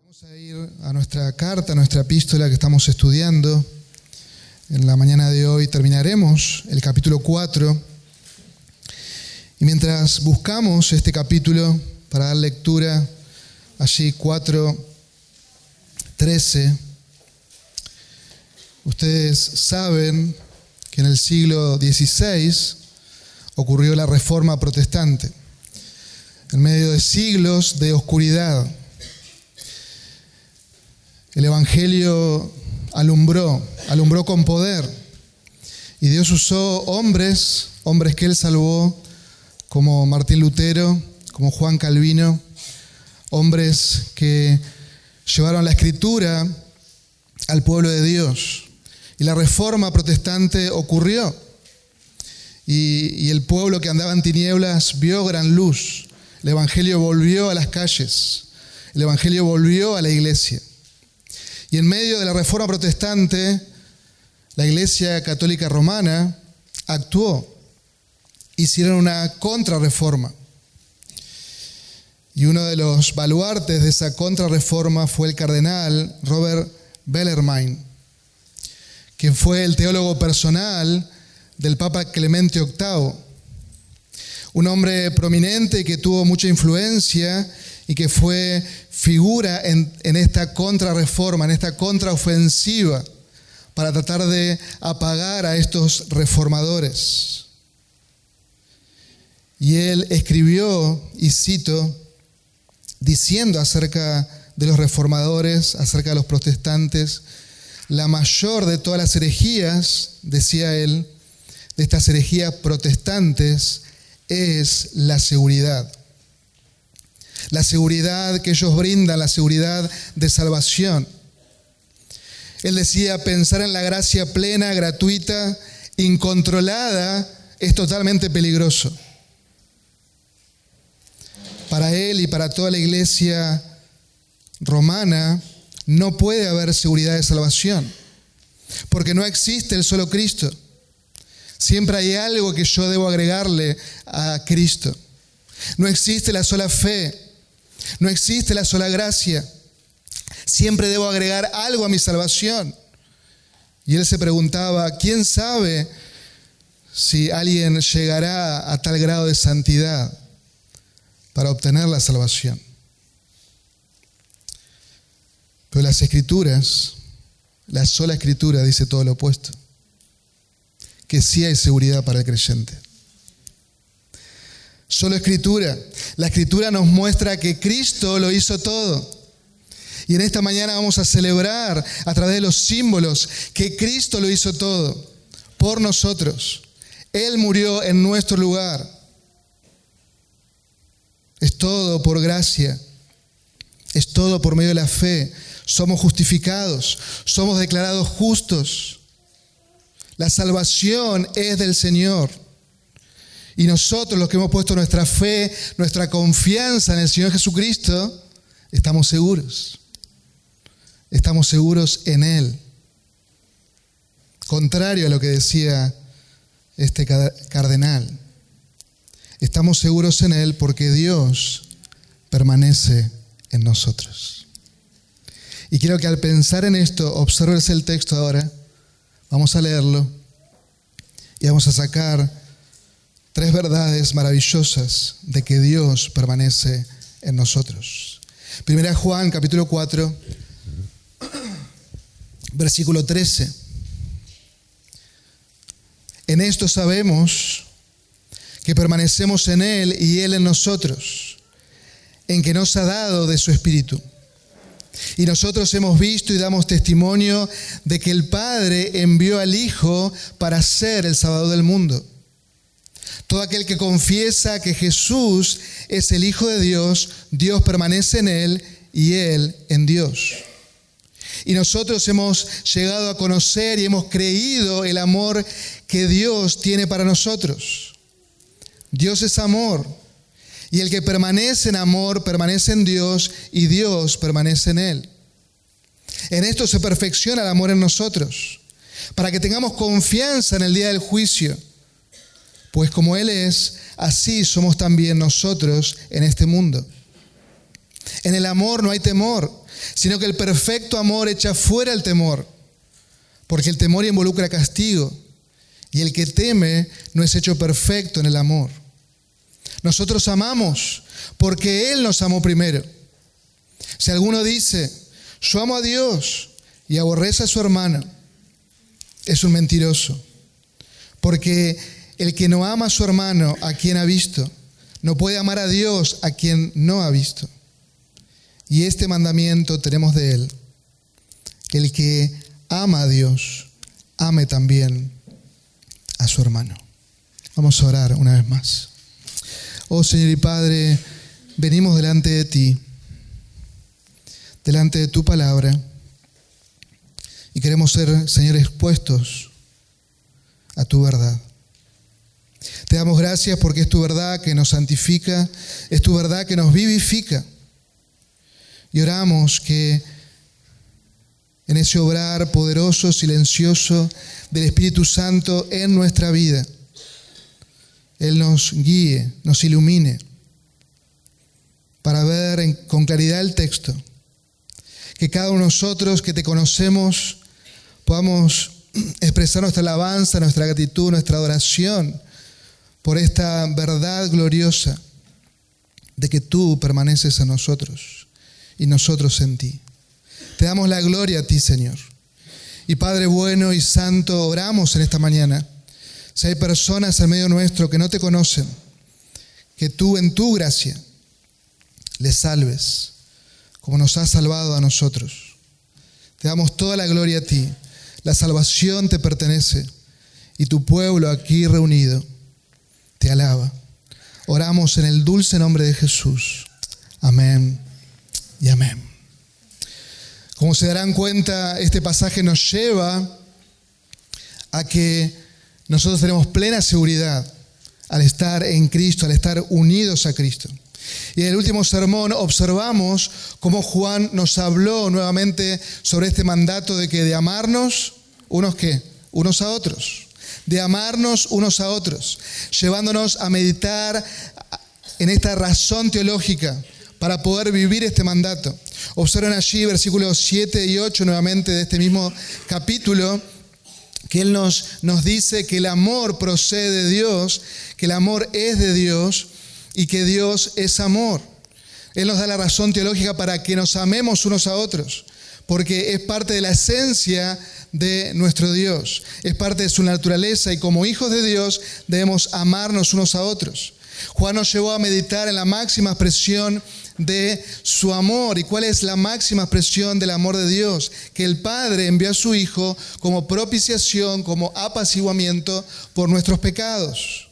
Vamos a ir a nuestra carta, a nuestra epístola que estamos estudiando. En la mañana de hoy terminaremos el capítulo 4. Y mientras buscamos este capítulo para dar lectura, allí 4:13, ustedes saben que en el siglo XVI ocurrió la Reforma Protestante, en medio de siglos de oscuridad. El Evangelio alumbró con poder, y Dios usó hombres que Él salvó, como Martín Lutero, como Juan Calvino, hombres que llevaron la Escritura al pueblo de Dios. Y la Reforma Protestante ocurrió, y el pueblo que andaba en tinieblas vio gran luz. El Evangelio volvió a las calles, el Evangelio volvió a la iglesia. Y en medio de la Reforma Protestante, la Iglesia Católica Romana actuó. Hicieron una contrarreforma. Y uno de los baluartes de esa contrarreforma fue el cardenal Robert Bellarmine, quien fue el teólogo personal del Papa Clemente VIII. Un hombre prominente que tuvo mucha influencia y que fue figura en esta contrarreforma, en esta contraofensiva, para tratar de apagar a estos reformadores. Y él escribió, y cito, diciendo acerca de los reformadores, acerca de los protestantes: la mayor de todas las herejías, decía él, de estas herejías protestantes, es la seguridad. La seguridad que ellos brindan, la seguridad de salvación. Él decía, pensar en la gracia plena, gratuita, incontrolada, es totalmente peligroso. Para él y para toda la iglesia romana, no puede haber seguridad de salvación, porque no existe el solo Cristo. Siempre hay algo que yo debo agregarle a Cristo. No existe la sola fe. No existe la sola gracia. Siempre debo agregar algo a mi salvación. Y él se preguntaba, ¿quién sabe si alguien llegará a tal grado de santidad para obtener la salvación? Pero las Escrituras, la sola Escritura dice todo lo opuesto, que sí hay seguridad para el creyente. Solo Escritura. La Escritura nos muestra que Cristo lo hizo todo. Y en esta mañana vamos a celebrar a través de los símbolos que Cristo lo hizo todo por nosotros. Él murió en nuestro lugar. Es todo por gracia. Es todo por medio de la fe. Somos justificados. Somos declarados justos. La salvación es del Señor. Y nosotros, los que hemos puesto nuestra fe, nuestra confianza en el Señor Jesucristo, estamos seguros. Estamos seguros en Él. Contrario a lo que decía este cardenal. Estamos seguros en Él porque Dios permanece en nosotros. Y quiero que al pensar en esto, observes el texto ahora. Vamos a leerlo y vamos a sacar 3 verdades maravillosas de que Dios permanece en nosotros. Primera Juan, capítulo 4, versículo 13. En esto sabemos que permanecemos en Él y Él en nosotros, en que nos ha dado de su Espíritu. Y nosotros hemos visto y damos testimonio de que el Padre envió al Hijo para ser el Salvador del mundo. Todo aquel que confiesa que Jesús es el Hijo de Dios, Dios permanece en Él y Él en Dios. Y nosotros hemos llegado a conocer y hemos creído el amor que Dios tiene para nosotros. Dios es amor. Y el que permanece en amor, permanece en Dios y Dios permanece en Él. En esto se perfecciona el amor en nosotros, para que tengamos confianza en el día del juicio. Pues como Él es, así somos también nosotros en este mundo. En el amor no hay temor, sino que el perfecto amor echa fuera el temor, porque el temor involucra castigo, y el que teme no es hecho perfecto en el amor. Nosotros amamos porque Él nos amó primero. Si alguno dice, yo amo a Dios y aborrece a su hermano, es un mentiroso, porque el que no ama a su hermano a quien ha visto, no puede amar a Dios a quien no ha visto. Y este mandamiento tenemos de Él: el que ama a Dios, ame también a su hermano. Vamos a orar una vez más. Oh Señor y Padre, venimos delante de ti, delante de tu palabra, y queremos ser, Señor, expuestos a tu verdad. Te damos gracias porque es tu verdad que nos santifica, es tu verdad que nos vivifica. Y oramos que en ese obrar poderoso, silencioso del Espíritu Santo en nuestra vida, Él nos guíe, nos ilumine para ver con claridad el texto. Que cada uno de nosotros que te conocemos podamos expresar nuestra alabanza, nuestra gratitud, nuestra adoración por esta verdad gloriosa de que tú permaneces en nosotros y nosotros en ti. Te damos la gloria a ti, Señor. Y Padre bueno y santo, oramos en esta mañana. Si hay personas en medio nuestro que no te conocen, que tú en tu gracia les salves, como nos has salvado a nosotros. Te damos toda la gloria a ti. La salvación te pertenece y tu pueblo aquí reunido te alaba. Oramos en el dulce nombre de Jesús. Amén y amén. Como se darán cuenta, este pasaje nos lleva a que nosotros tenemos plena seguridad al estar en Cristo, al estar unidos a Cristo. Y en el último sermón observamos cómo Juan nos habló nuevamente sobre este mandato de amarnos unos a otros. De amarnos unos a otros, llevándonos a meditar en esta razón teológica para poder vivir este mandato. Observen allí versículos 7 y 8 nuevamente de este mismo capítulo, que Él nos dice que el amor procede de Dios, que el amor es de Dios y que Dios es amor. Él nos da la razón teológica para que nos amemos unos a otros, porque es parte de la esencia de nuestro Dios, es parte de su naturaleza, y como hijos de Dios debemos amarnos unos a otros. Juan nos llevó a meditar en la máxima expresión de su amor. ¿Y cuál es la máxima expresión del amor de Dios? Que el Padre envió a su Hijo como propiciación, como apaciguamiento por nuestros pecados,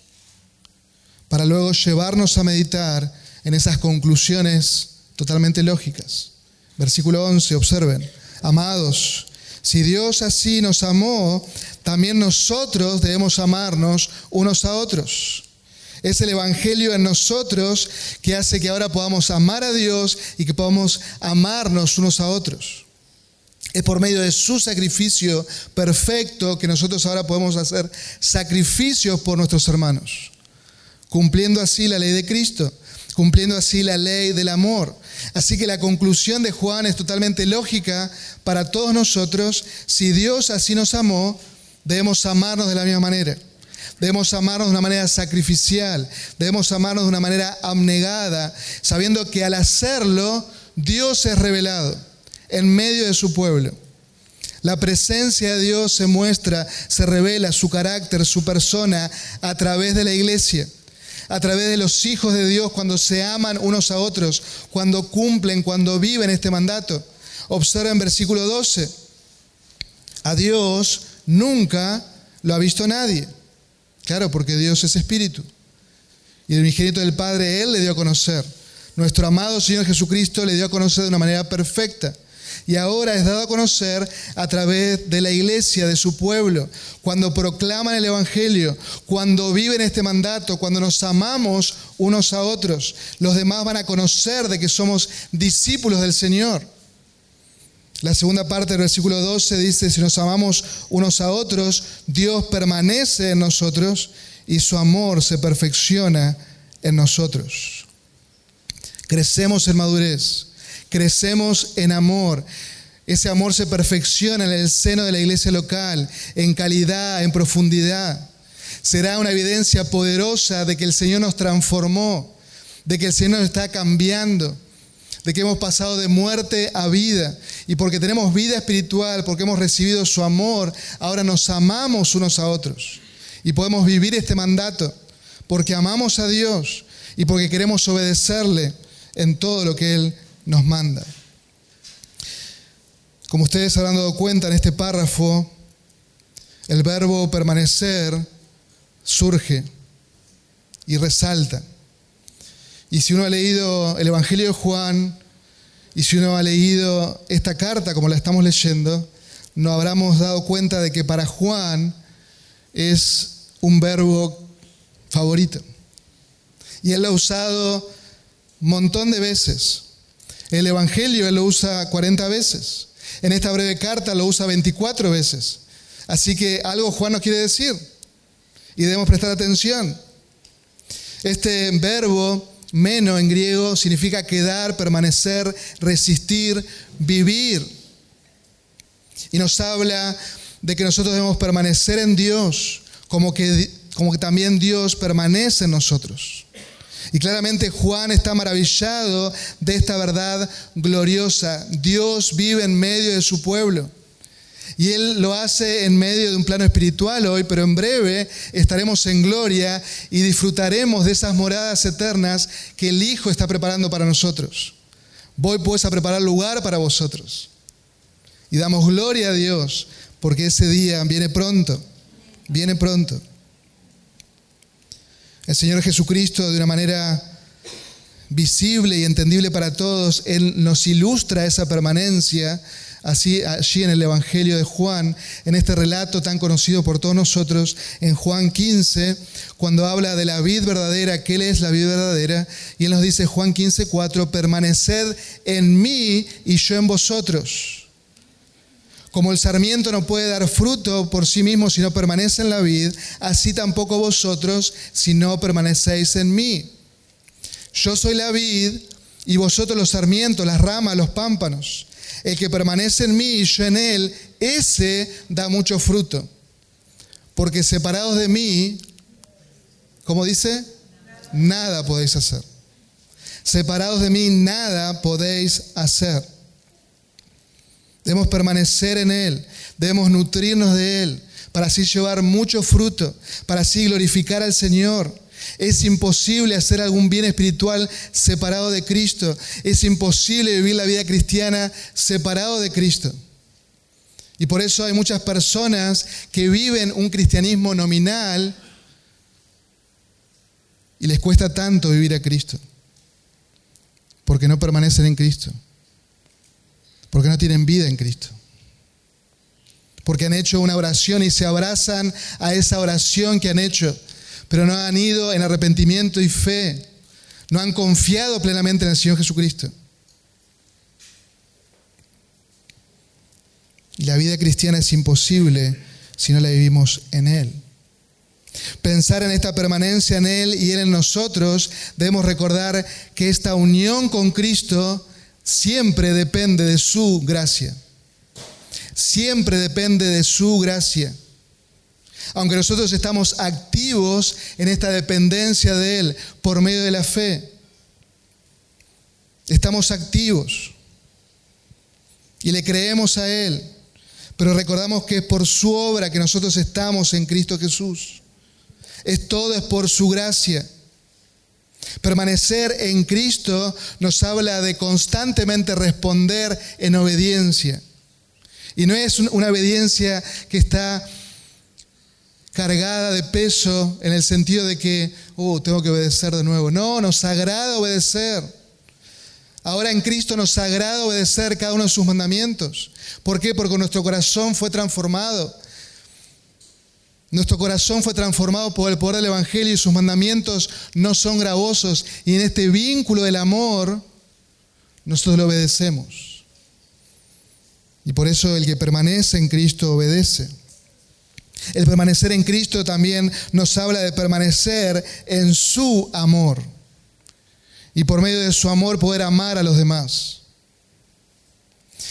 para luego llevarnos a meditar en esas conclusiones totalmente lógicas. Versículo 11, observen: amados, si Dios así nos amó, también nosotros debemos amarnos unos a otros. Es el Evangelio en nosotros que hace que ahora podamos amar a Dios y que podamos amarnos unos a otros. Es por medio de su sacrificio perfecto que nosotros ahora podemos hacer sacrificios por nuestros hermanos, cumpliendo así la ley de Cristo, cumpliendo así la ley del amor. Así que la conclusión de Juan es totalmente lógica para todos nosotros. Si Dios así nos amó, debemos amarnos de la misma manera. Debemos amarnos de una manera sacrificial, debemos amarnos de una manera abnegada, sabiendo que al hacerlo, Dios es revelado en medio de su pueblo. La presencia de Dios se muestra, se revela su carácter, su persona a través de la iglesia, a través de los hijos de Dios, cuando se aman unos a otros, cuando cumplen, cuando viven este mandato. Observen versículo 12. A Dios nunca lo ha visto nadie. Claro, porque Dios es espíritu. Y el unigénito del Padre, Él le dio a conocer. Nuestro amado Señor Jesucristo le dio a conocer de una manera perfecta. Y ahora es dado a conocer a través de la iglesia, de su pueblo. Cuando proclaman el Evangelio, cuando viven este mandato, cuando nos amamos unos a otros, los demás van a conocer de que somos discípulos del Señor. La segunda parte del versículo 12 dice: si nos amamos unos a otros, Dios permanece en nosotros y su amor se perfecciona en nosotros. Crecemos en madurez crecemos en amor. Ese amor se perfecciona en el seno de la iglesia local, en calidad, en profundidad. Será una evidencia poderosa de que el Señor nos transformó, de que el Señor nos está cambiando, de que hemos pasado de muerte a vida. Y porque tenemos vida espiritual, porque hemos recibido su amor, ahora nos amamos unos a otros. Y podemos vivir este mandato porque amamos a Dios y porque queremos obedecerle en todo lo que Él nos manda. Como ustedes habrán dado cuenta en este párrafo, el verbo permanecer surge y resalta. Y si uno ha leído el Evangelio de Juan, y si uno ha leído esta carta como la estamos leyendo, nos habremos dado cuenta de que para Juan es un verbo favorito. Y él lo ha usado un montón de veces. El Evangelio él lo usa 40 veces. En esta breve carta lo usa 24 veces. Así que algo Juan nos quiere decir. Y debemos prestar atención. Este verbo meno en griego significa quedar, permanecer, resistir, vivir. Y nos habla de que nosotros debemos permanecer en Dios, como que también Dios permanece en nosotros. Y claramente Juan está maravillado de esta verdad gloriosa. Dios vive en medio de su pueblo. Y Él lo hace en medio de un plano espiritual hoy, pero en breve estaremos en gloria y disfrutaremos de esas moradas eternas que el Hijo está preparando para nosotros. Voy pues a preparar lugar para vosotros. Y damos gloria a Dios, porque ese día viene pronto. Viene pronto. El Señor Jesucristo, de una manera visible y entendible para todos, Él nos ilustra esa permanencia así allí en el Evangelio de Juan, en este relato tan conocido por todos nosotros, en Juan 15, cuando habla de la vid verdadera, que Él es la vid verdadera, y Él nos dice, Juan 15:4, permaneced en mí y yo en vosotros. Como el sarmiento no puede dar fruto por sí mismo si no permanece en la vid, así tampoco vosotros si no permanecéis en mí. Yo soy la vid y vosotros los sarmientos, las ramas, los pámpanos. El que permanece en mí y yo en él, ese da mucho fruto. Porque separados de mí, ¿cómo dice? Nada podéis hacer. Separados de mí, nada podéis hacer. Debemos permanecer en Él, debemos nutrirnos de Él, para así llevar mucho fruto, para así glorificar al Señor. Es imposible hacer algún bien espiritual separado de Cristo. Es imposible vivir la vida cristiana separado de Cristo. Y por eso hay muchas personas que viven un cristianismo nominal y les cuesta tanto vivir a Cristo, porque no permanecen en Cristo. Porque no tienen vida en Cristo. Porque han hecho una oración y se abrazan a esa oración que han hecho, pero no han ido en arrepentimiento y fe. No han confiado plenamente en el Señor Jesucristo. Y la vida cristiana es imposible si no la vivimos en Él. Pensar en esta permanencia en Él y Él en nosotros, debemos recordar que esta unión con Cristo siempre depende de su gracia. Siempre depende de su gracia. Aunque nosotros estamos activos en esta dependencia de Él por medio de la fe. Estamos activos. Y le creemos a Él. Pero recordamos que es por su obra que nosotros estamos en Cristo Jesús. Todo es por su gracia. Permanecer en Cristo nos habla de constantemente responder en obediencia. Y no es una obediencia que está cargada de peso en el sentido de que, tengo que obedecer de nuevo. No, nos agrada obedecer. Ahora en Cristo nos agrada obedecer cada uno de sus mandamientos. ¿Por qué? Porque nuestro corazón fue transformado. Nuestro corazón fue transformado por el poder del Evangelio y sus mandamientos no son gravosos. Y en este vínculo del amor, nosotros le obedecemos. Y por eso el que permanece en Cristo obedece. El permanecer en Cristo también nos habla de permanecer en su amor. Y por medio de su amor poder amar a los demás.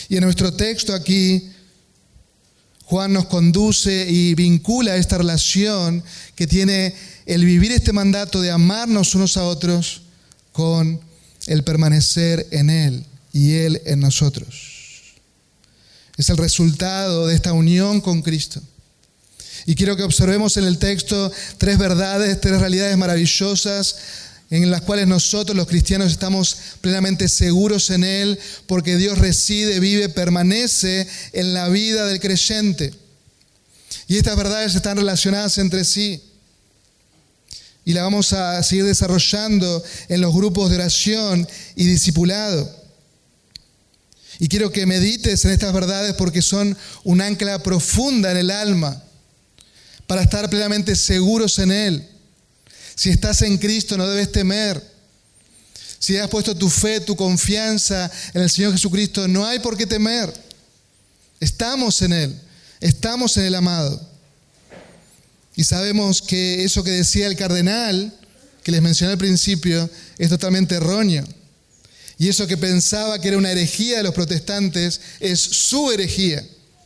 Y en nuestro texto aquí, Juan nos conduce y vincula esta relación que tiene el vivir este mandato de amarnos unos a otros con el permanecer en Él y Él en nosotros. Es el resultado de esta unión con Cristo. Y quiero que observemos en el texto tres verdades, tres realidades maravillosas en las cuales nosotros los cristianos estamos plenamente seguros en Él, porque Dios reside, vive, permanece en la vida del creyente. Y estas verdades están relacionadas entre sí. Y la vamos a seguir desarrollando en los grupos de oración y discipulado. Y quiero que medites en estas verdades porque son un ancla profunda en el alma para estar plenamente seguros en Él. Si estás en Cristo no debes temer. Si has puesto tu fe, tu confianza en el Señor Jesucristo, no hay por qué temer. Estamos en Él, estamos en el amado. Y sabemos que eso que decía el cardenal, que les mencioné al principio, es totalmente erróneo. Y eso que pensaba que era una herejía de los protestantes es su herejía.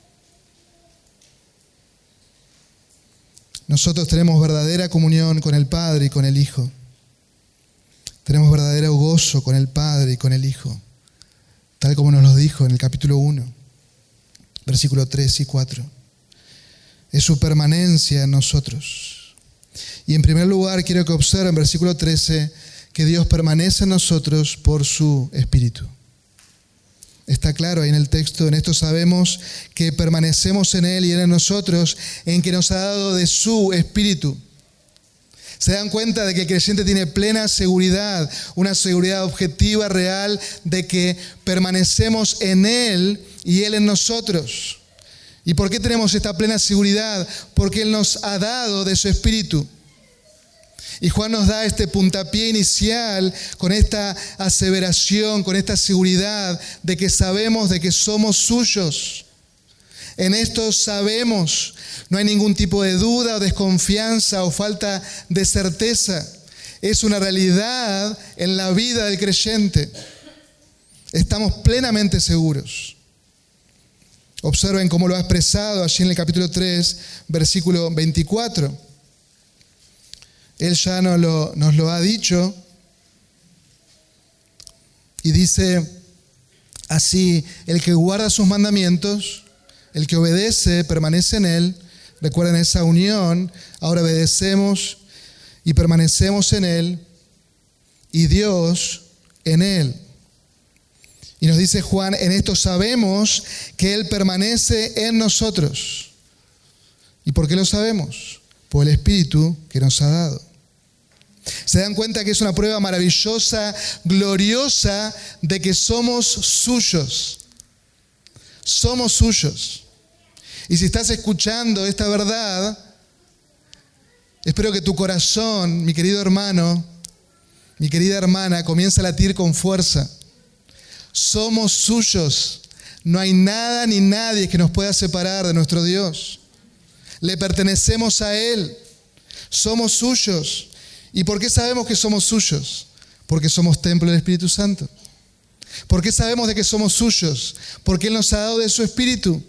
Nosotros tenemos verdadera comunión con el Padre y con el Hijo. Tenemos verdadero gozo con el Padre y con el Hijo, tal como nos lo dijo en el capítulo 1, versículos 3 y 4. Es su permanencia en nosotros. Y en primer lugar quiero que observen, versículo 13, que Dios permanece en nosotros por su Espíritu. Está claro ahí en el texto. En esto sabemos que permanecemos en Él y Él en nosotros, en que nos ha dado de su Espíritu. Se dan cuenta de que el creyente tiene plena seguridad, una seguridad objetiva, real, de que permanecemos en Él y Él en nosotros. ¿Y por qué tenemos esta plena seguridad? Porque Él nos ha dado de su Espíritu. Y Juan nos da este puntapié inicial con esta aseveración, con esta seguridad de que sabemos de que somos suyos. En esto sabemos, no hay ningún tipo de duda o desconfianza o falta de certeza. Es una realidad en la vida del creyente. Estamos plenamente seguros. Observen cómo lo ha expresado allí en el capítulo 3, versículo 24. Él ya nos lo ha dicho y dice así: el que guarda sus mandamientos, el que obedece, permanece en Él. Recuerden esa unión, ahora obedecemos y permanecemos en Él y Dios en Él. Y nos dice Juan, en esto sabemos que Él permanece en nosotros. ¿Y por qué lo sabemos? Por el Espíritu que nos ha dado. Se dan cuenta que es una prueba maravillosa, gloriosa, de que somos suyos. Somos suyos. Y si estás escuchando esta verdad, espero que tu corazón, mi querido hermano, mi querida hermana, comience a latir con fuerza. Somos suyos. No hay nada ni nadie que nos pueda separar de nuestro Dios. Le pertenecemos a Él. Somos suyos. ¿Y por qué sabemos que somos suyos? Porque somos templo del Espíritu Santo. ¿Por qué sabemos de que somos suyos? Porque Él nos ha dado de su Espíritu.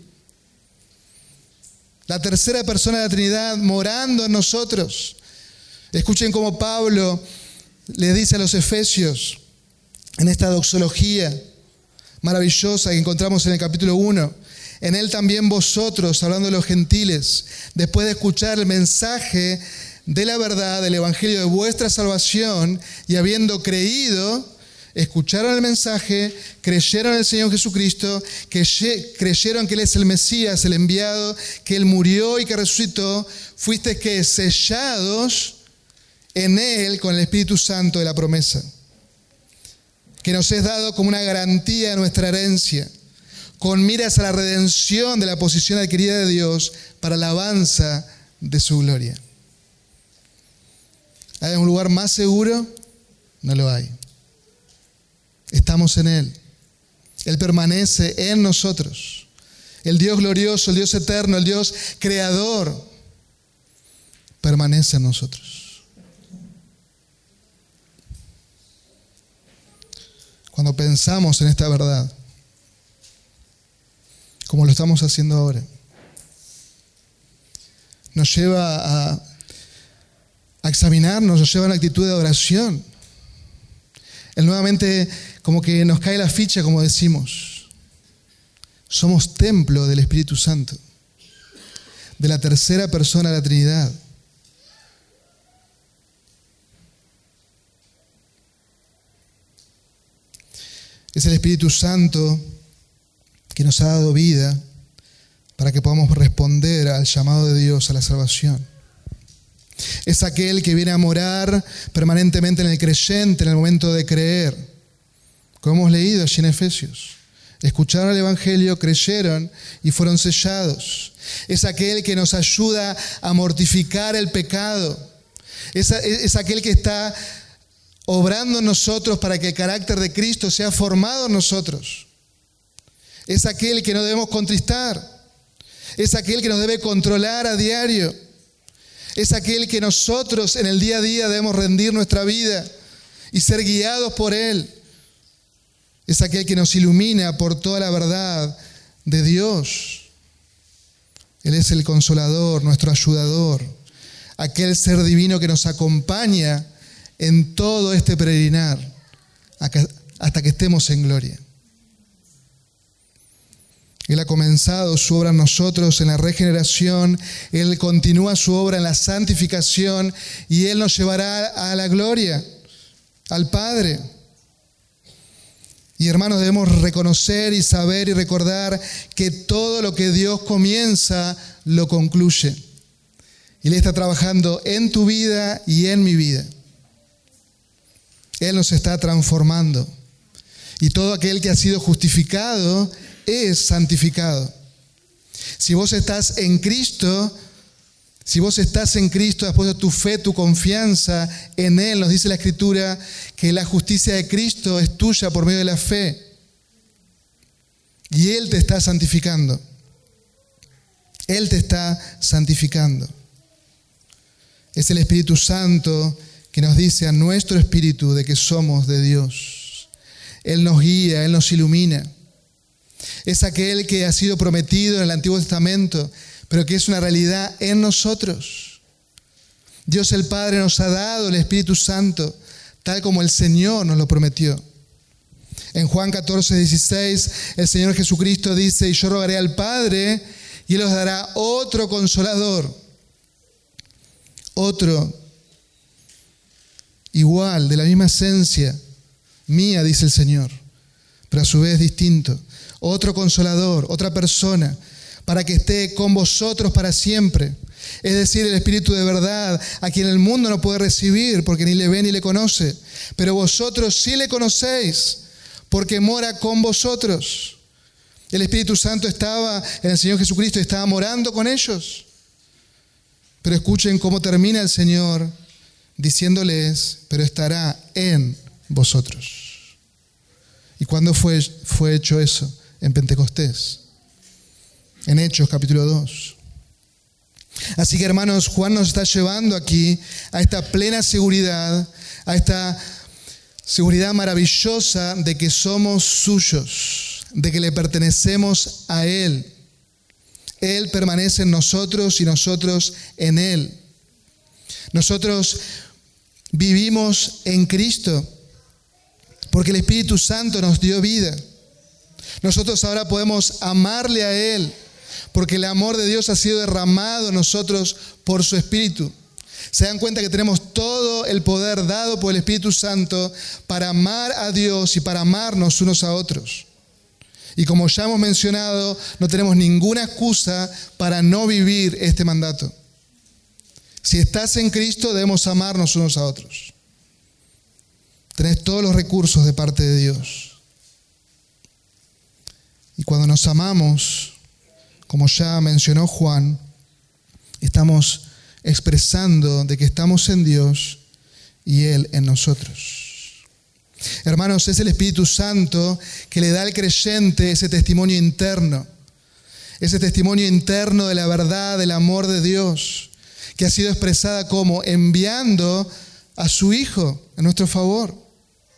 La tercera persona de la Trinidad morando en nosotros. Escuchen cómo Pablo le dice a los Efesios en esta doxología maravillosa que encontramos en el capítulo 1. En Él también vosotros, hablando de los gentiles, después de escuchar el mensaje de la verdad, del evangelio de vuestra salvación, y habiendo creído, escucharon el mensaje, creyeron en el Señor Jesucristo, creyeron que Él es el Mesías, el enviado, que Él murió y que resucitó, fuisteis que sellados en Él con el Espíritu Santo de la promesa, que nos es dado como una garantía de nuestra herencia, con miras a la redención de la posición adquirida de Dios para la alabanza de su gloria. ¿Hay un lugar más seguro? No lo hay. Estamos en Él. Él permanece en nosotros. El Dios glorioso, el Dios eterno, el Dios creador, permanece en nosotros. Cuando pensamos en esta verdad, como lo estamos haciendo ahora. Nos lleva a examinarnos, nos lleva a una actitud de oración. Él nuevamente como que nos cae la ficha, como decimos. Somos templo del Espíritu Santo, de la tercera persona de la Trinidad. Es el Espíritu Santo que nos ha dado vida para que podamos responder al llamado de Dios a la salvación. Es aquel que viene a morar permanentemente en el creyente en el momento de creer. Como hemos leído allí en Efesios. Escucharon el Evangelio, creyeron y fueron sellados. Es aquel que nos ayuda a mortificar el pecado. Es aquel que está obrando en nosotros para que el carácter de Cristo sea formado en nosotros. Es aquel que no debemos contristar. Es aquel que nos debe controlar a diario. Es aquel que nosotros en el día a día debemos rendir nuestra vida y ser guiados por Él. Es aquel que nos ilumina por toda la verdad de Dios. Él es el consolador, nuestro ayudador, aquel ser divino que nos acompaña en todo este peregrinar hasta que estemos en gloria. Él ha comenzado su obra en nosotros en la regeneración, Él continúa su obra en la santificación y Él nos llevará a la gloria, al Padre. Y hermanos, debemos reconocer y saber y recordar que todo lo que Dios comienza, lo concluye. Y Él está trabajando en tu vida y en mi vida. Él nos está transformando. Y todo aquel que ha sido justificado es santificado. Si vos estás en Cristo, después de tu fe, tu confianza en Él, nos dice la Escritura que la justicia de Cristo es tuya por medio de la fe. Y Él te está santificando. Él te está santificando. Es el Espíritu Santo que nos dice a nuestro espíritu de que somos de Dios. Él nos guía, Él nos ilumina. Es aquel que ha sido prometido en el Antiguo Testamento, pero que es una realidad en nosotros. Dios el Padre nos ha dado el Espíritu Santo, tal como el Señor nos lo prometió. En Juan 14:16, el Señor Jesucristo dice: y yo rogaré al Padre, y Él os dará otro consolador, otro igual, de la misma esencia mía, dice el Señor, pero a su vez distinto. Otro consolador, otra persona, para que esté con vosotros para siempre. Es decir, el Espíritu de verdad, a quien el mundo no puede recibir, porque ni le ve ni le conoce. Pero vosotros sí le conocéis, porque mora con vosotros. El Espíritu Santo estaba en el Señor Jesucristo, estaba morando con ellos. Pero escuchen cómo termina el Señor diciéndoles: pero estará en vosotros. ¿Y cuándo fue hecho eso? En Pentecostés, en Hechos capítulo 2. Así que, hermanos, Juan nos está llevando aquí a esta plena seguridad, a esta seguridad maravillosa de que somos suyos, de que le pertenecemos a Él. Él permanece en nosotros y nosotros en Él. Nosotros vivimos en Cristo porque el Espíritu Santo nos dio vida. Nosotros ahora podemos amarle a Él porque el amor de Dios ha sido derramado en nosotros por su Espíritu. Se dan cuenta que tenemos todo el poder dado por el Espíritu Santo para amar a Dios y para amarnos unos a otros. Y como ya hemos mencionado, no tenemos ninguna excusa para no vivir este mandato. Si estás en Cristo, debemos amarnos unos a otros. Tenés todos los recursos de parte de Dios. Y cuando nos amamos, como ya mencionó Juan, estamos expresando de que estamos en Dios y Él en nosotros. Hermanos, es el Espíritu Santo que le da al creyente ese testimonio interno de la verdad, del amor de Dios, que ha sido expresada como enviando a su Hijo en nuestro favor.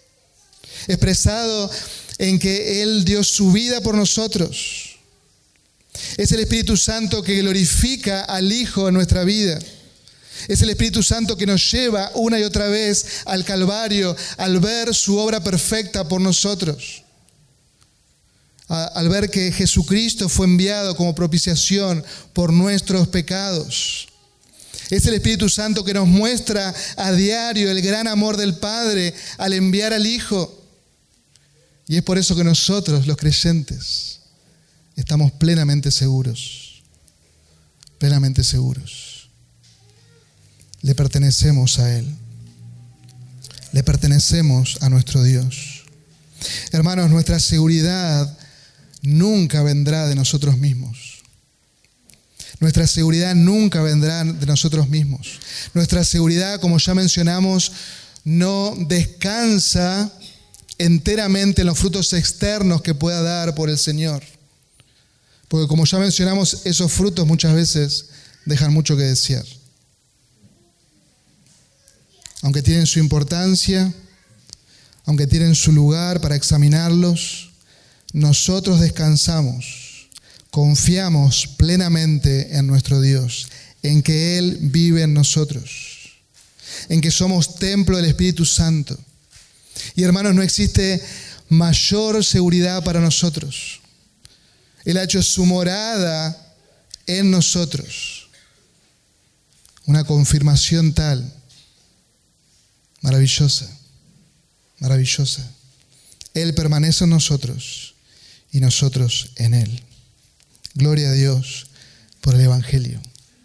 Expresado en que Él dio su vida por nosotros. Es el Espíritu Santo que glorifica al Hijo en nuestra vida. Es el Espíritu Santo que nos lleva una y otra vez al Calvario, al ver su obra perfecta por nosotros. Al ver que Jesucristo fue enviado como propiciación por nuestros pecados. Es el Espíritu Santo que nos muestra a diario el gran amor del Padre al enviar al Hijo. Y es por eso que nosotros, los creyentes, estamos plenamente seguros. Plenamente seguros. Le pertenecemos a Él. Le pertenecemos a nuestro Dios. Hermanos, nuestra seguridad nunca vendrá de nosotros mismos. Nuestra seguridad nunca vendrá de nosotros mismos. Nuestra seguridad, como ya mencionamos, no descansa enteramente en los frutos externos que pueda dar por el Señor. Porque como ya mencionamos, esos frutos muchas veces dejan mucho que desear. Aunque tienen su importancia, aunque tienen su lugar para examinarlos, nosotros descansamos, confiamos plenamente en nuestro Dios, en que Él vive en nosotros, en que somos templo del Espíritu Santo. Y hermanos, no existe mayor seguridad para nosotros. Él ha hecho su morada en nosotros. Una confirmación tal, maravillosa, maravillosa. Él permanece en nosotros y nosotros en Él. Gloria a Dios por el Evangelio.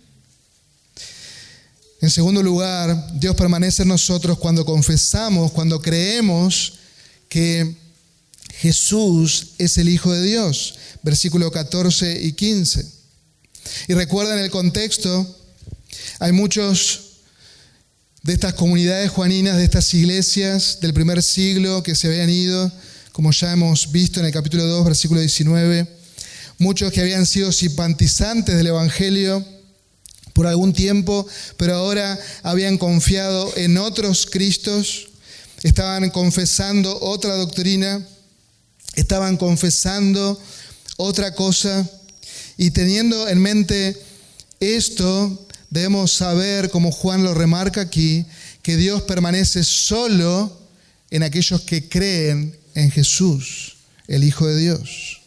En segundo lugar, Dios permanece en nosotros cuando confesamos, cuando creemos que Jesús es el Hijo de Dios. Versículos 14 y 15. Y recuerden el contexto, hay muchos de estas comunidades juaninas, de estas iglesias del primer siglo que se habían ido, como ya hemos visto en el capítulo 2, versículo 19. Muchos que habían sido simpatizantes del Evangelio por algún tiempo, pero ahora habían confiado en otros Cristos, estaban confesando otra doctrina, estaban confesando otra cosa, y teniendo en mente esto, debemos saber, como Juan lo remarca aquí, que Dios permanece solo en aquellos que creen en Jesús, el Hijo de Dios.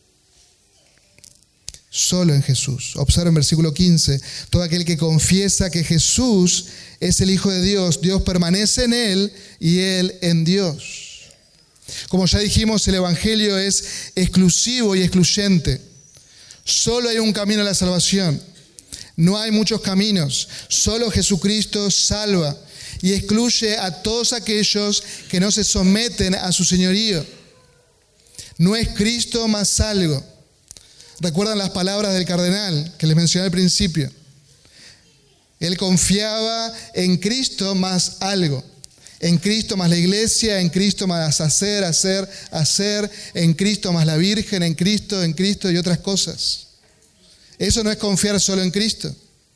Solo en Jesús. Observen versículo 15. Todo aquel que confiesa que Jesús es el Hijo de Dios, Dios permanece en Él y Él en Dios. Como ya dijimos, el Evangelio es exclusivo y excluyente. Solo hay un camino a la salvación. No hay muchos caminos. Solo Jesucristo salva y excluye a todos aquellos que no se someten a su señorío. No es Cristo más algo. ¿Recuerdan las palabras del cardenal que les mencioné al principio? Él confiaba en Cristo más algo. En Cristo más la iglesia, en Cristo más hacer, en Cristo más la Virgen, en Cristo y otras cosas. Eso no es confiar solo en Cristo.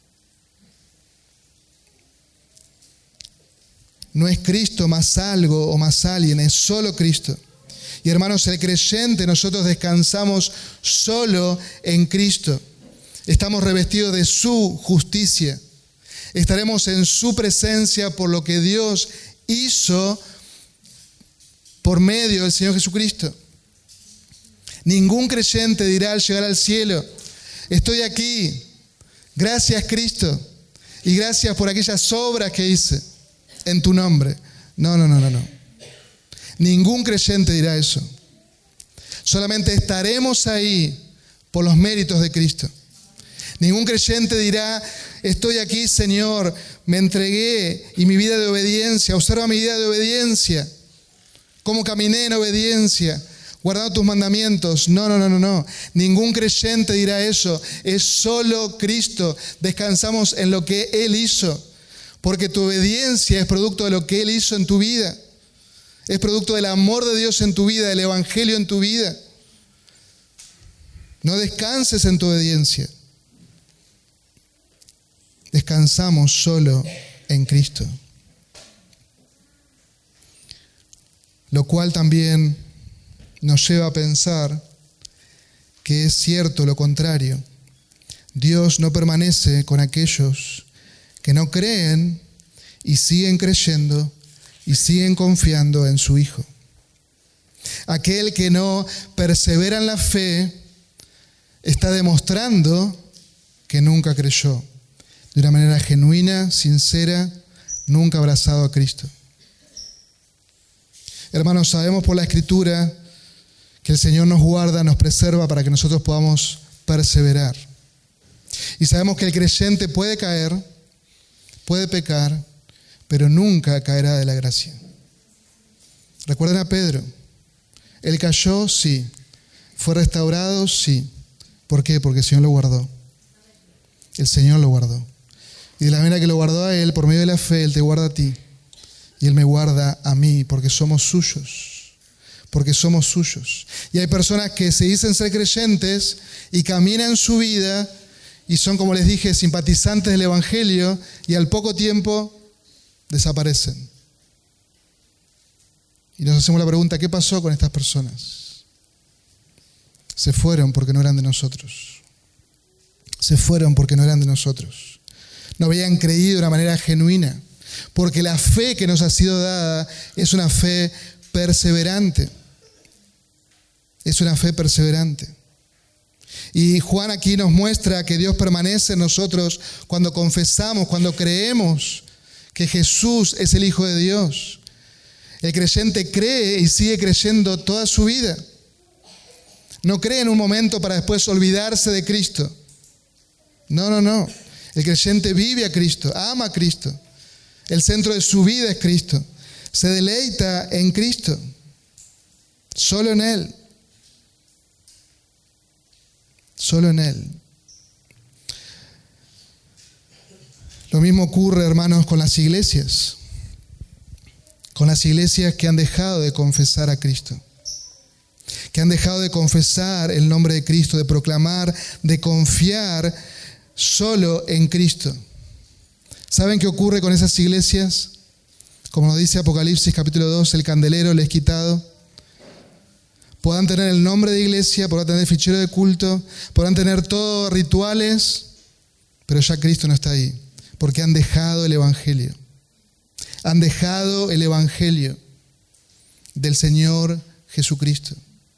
No es Cristo más algo o más alguien, es solo Cristo. Y hermanos, el creyente, nosotros descansamos solo en Cristo. Estamos revestidos de su justicia. Estaremos en su presencia por lo que Dios hizo por medio del Señor Jesucristo. Ningún creyente dirá al llegar al cielo: estoy aquí, gracias Cristo, y gracias por aquellas obras que hice en tu nombre. No. Ningún creyente dirá eso. Solamente estaremos ahí por los méritos de Cristo. Ningún creyente dirá: estoy aquí, Señor, me entregué y mi vida de obediencia, observa mi vida de obediencia, cómo caminé en obediencia, guardando tus mandamientos. No. Ningún creyente dirá eso. Es solo Cristo. Descansamos en lo que Él hizo, porque tu obediencia es producto de lo que Él hizo en tu vida. Es producto del amor de Dios en tu vida, del Evangelio en tu vida. No descanses en tu obediencia. Descansamos solo en Cristo. Lo cual también nos lleva a pensar que es cierto lo contrario. Dios no permanece con aquellos que no creen y siguen creyendo y siguen confiando en su Hijo. Aquel que no persevera en la fe está demostrando que nunca creyó de una manera genuina, sincera, nunca abrazado a Cristo. Hermanos, sabemos por la Escritura que el Señor nos guarda, nos preserva para que nosotros podamos perseverar. Y sabemos que el creyente puede caer, puede pecar, pero nunca caerá de la gracia. ¿Recuerdan a Pedro? Él cayó, sí. Fue restaurado, sí. ¿Por qué? Porque el Señor lo guardó. El Señor lo guardó. Y de la manera que lo guardó a Él, por medio de la fe, Él te guarda a ti. Y Él me guarda a mí, porque somos suyos. Porque somos suyos. Y hay personas que se dicen ser creyentes y caminan su vida y son, como les dije, simpatizantes del Evangelio y al poco tiempo desaparecen. Y nos hacemos la pregunta, ¿qué pasó con estas personas? Se fueron porque no eran de nosotros. Se fueron porque no eran de nosotros. No habían creído de una manera genuina. Porque la fe que nos ha sido dada es una fe perseverante. Es una fe perseverante. Y Juan aquí nos muestra que Dios permanece en nosotros cuando confesamos, cuando creemos que Jesús es el Hijo de Dios. El creyente cree y sigue creyendo toda su vida. No cree en un momento para después olvidarse de Cristo. No. El creyente vive a Cristo, ama a Cristo. El centro de su vida es Cristo. Se deleita en Cristo. Solo en Él. Solo en Él. Lo mismo ocurre, hermanos, con las iglesias. Con las iglesias que han dejado de confesar a Cristo. Que han dejado de confesar el nombre de Cristo, de proclamar, de confiar solo en Cristo. ¿Saben qué ocurre con esas iglesias? Como nos dice Apocalipsis capítulo 2, el candelero les es quitado. Podrán tener el nombre de iglesia, podrán tener fichero de culto, podrán tener todos rituales, pero ya Cristo no está ahí, porque han dejado el Evangelio. Han dejado el Evangelio del Señor Jesucristo.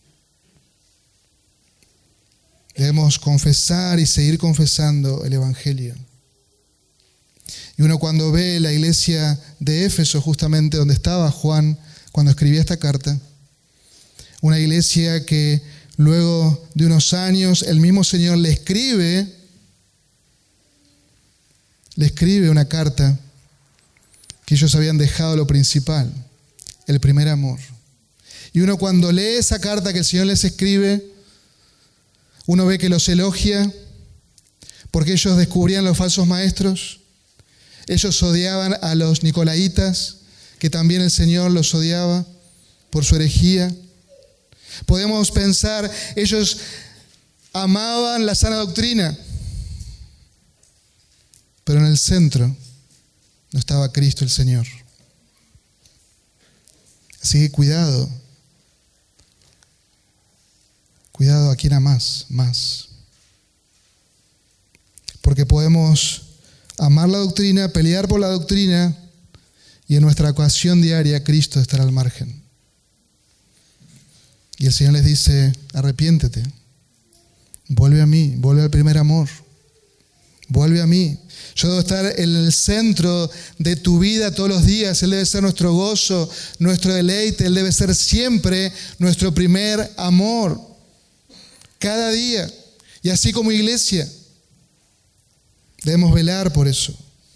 Debemos confesar y seguir confesando el Evangelio. Y uno cuando ve la iglesia de Éfeso, justamente donde estaba Juan cuando escribía esta carta, una iglesia que luego de unos años el mismo Señor le escribe una carta que ellos habían dejado lo principal, el primer amor. Y uno cuando lee esa carta que el Señor les escribe, uno ve que los elogia porque ellos descubrían los falsos maestros. Ellos odiaban a los nicolaitas, que también el Señor los odiaba por su herejía. Podemos pensar, ellos amaban la sana doctrina, pero en el centro no estaba Cristo el Señor. Así que cuidado. Cuidado a quién amas más. Porque podemos amar la doctrina, pelear por la doctrina y en nuestra ecuación diaria Cristo estará al margen. Y el Señor les dice, arrepiéntete, vuelve a mí, vuelve al primer amor, vuelve a mí. Yo debo estar en el centro de tu vida todos los días. Él debe ser nuestro gozo, nuestro deleite. Él debe ser siempre nuestro primer amor. Cada día. Y así como iglesia, debemos velar por eso.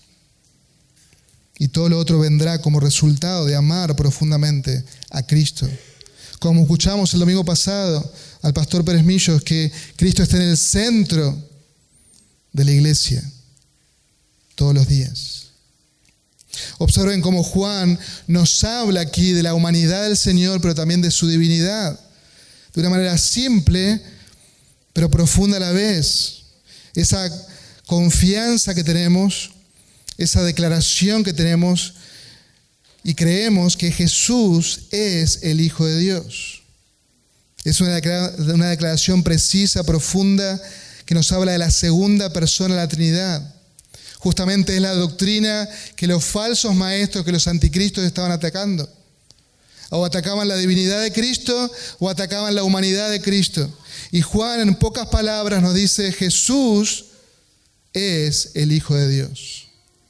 Y todo lo otro vendrá como resultado de amar profundamente a Cristo. Como escuchamos el domingo pasado al pastor Pérez Millos, que Cristo está en el centro de la iglesia todos los días. Observen cómo Juan nos habla aquí de la humanidad del Señor, pero también de su divinidad. De una manera simple, pero profunda a la vez. Esa confianza que tenemos, esa declaración que tenemos y creemos que Jesús es el Hijo de Dios. Es una declaración precisa, profunda, que nos habla de la segunda persona de la Trinidad. Justamente es la doctrina que los falsos maestros, que los anticristos estaban atacando. O atacaban la divinidad de Cristo o atacaban la humanidad de Cristo. Y Juan, en pocas palabras, nos dice: Jesús es el Hijo de Dios.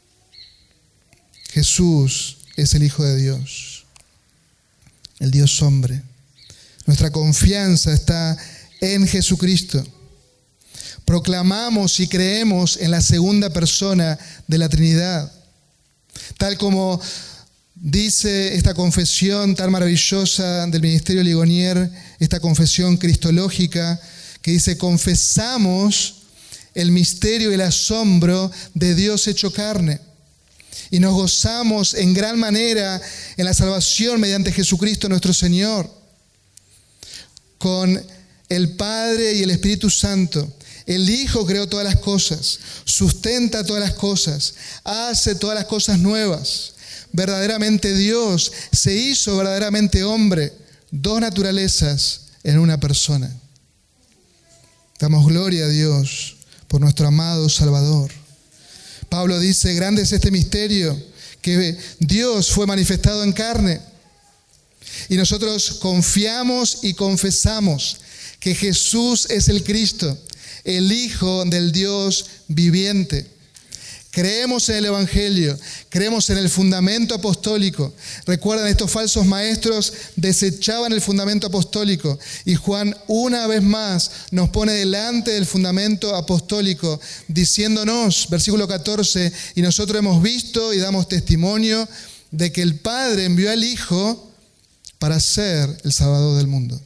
Jesús es el Hijo de Dios, el Dios hombre. Nuestra confianza está en Jesucristo. Proclamamos y creemos en la segunda persona de la Trinidad. Tal como dice esta confesión tan maravillosa del Ministerio Ligonier, esta confesión cristológica, que dice: confesamos el misterio y el asombro de Dios hecho carne. Y nos gozamos en gran manera en la salvación mediante Jesucristo nuestro Señor. Con el Padre y el Espíritu Santo, el Hijo creó todas las cosas, sustenta todas las cosas, hace todas las cosas nuevas. Verdaderamente Dios se hizo verdaderamente hombre, dos naturalezas en una persona. Damos gloria a Dios por nuestro amado Salvador. Pablo dice: grande es este misterio, que Dios fue manifestado en carne. Y nosotros confiamos y confesamos que Jesús es el Cristo, el Hijo del Dios viviente. Creemos en el Evangelio, creemos en el fundamento apostólico. Recuerdan, estos falsos maestros desechaban el fundamento apostólico, y Juan una vez más nos pone delante del fundamento apostólico, diciéndonos, versículo 14, y nosotros hemos visto y damos testimonio de que el Padre envió al Hijo para ser el Salvador del mundo.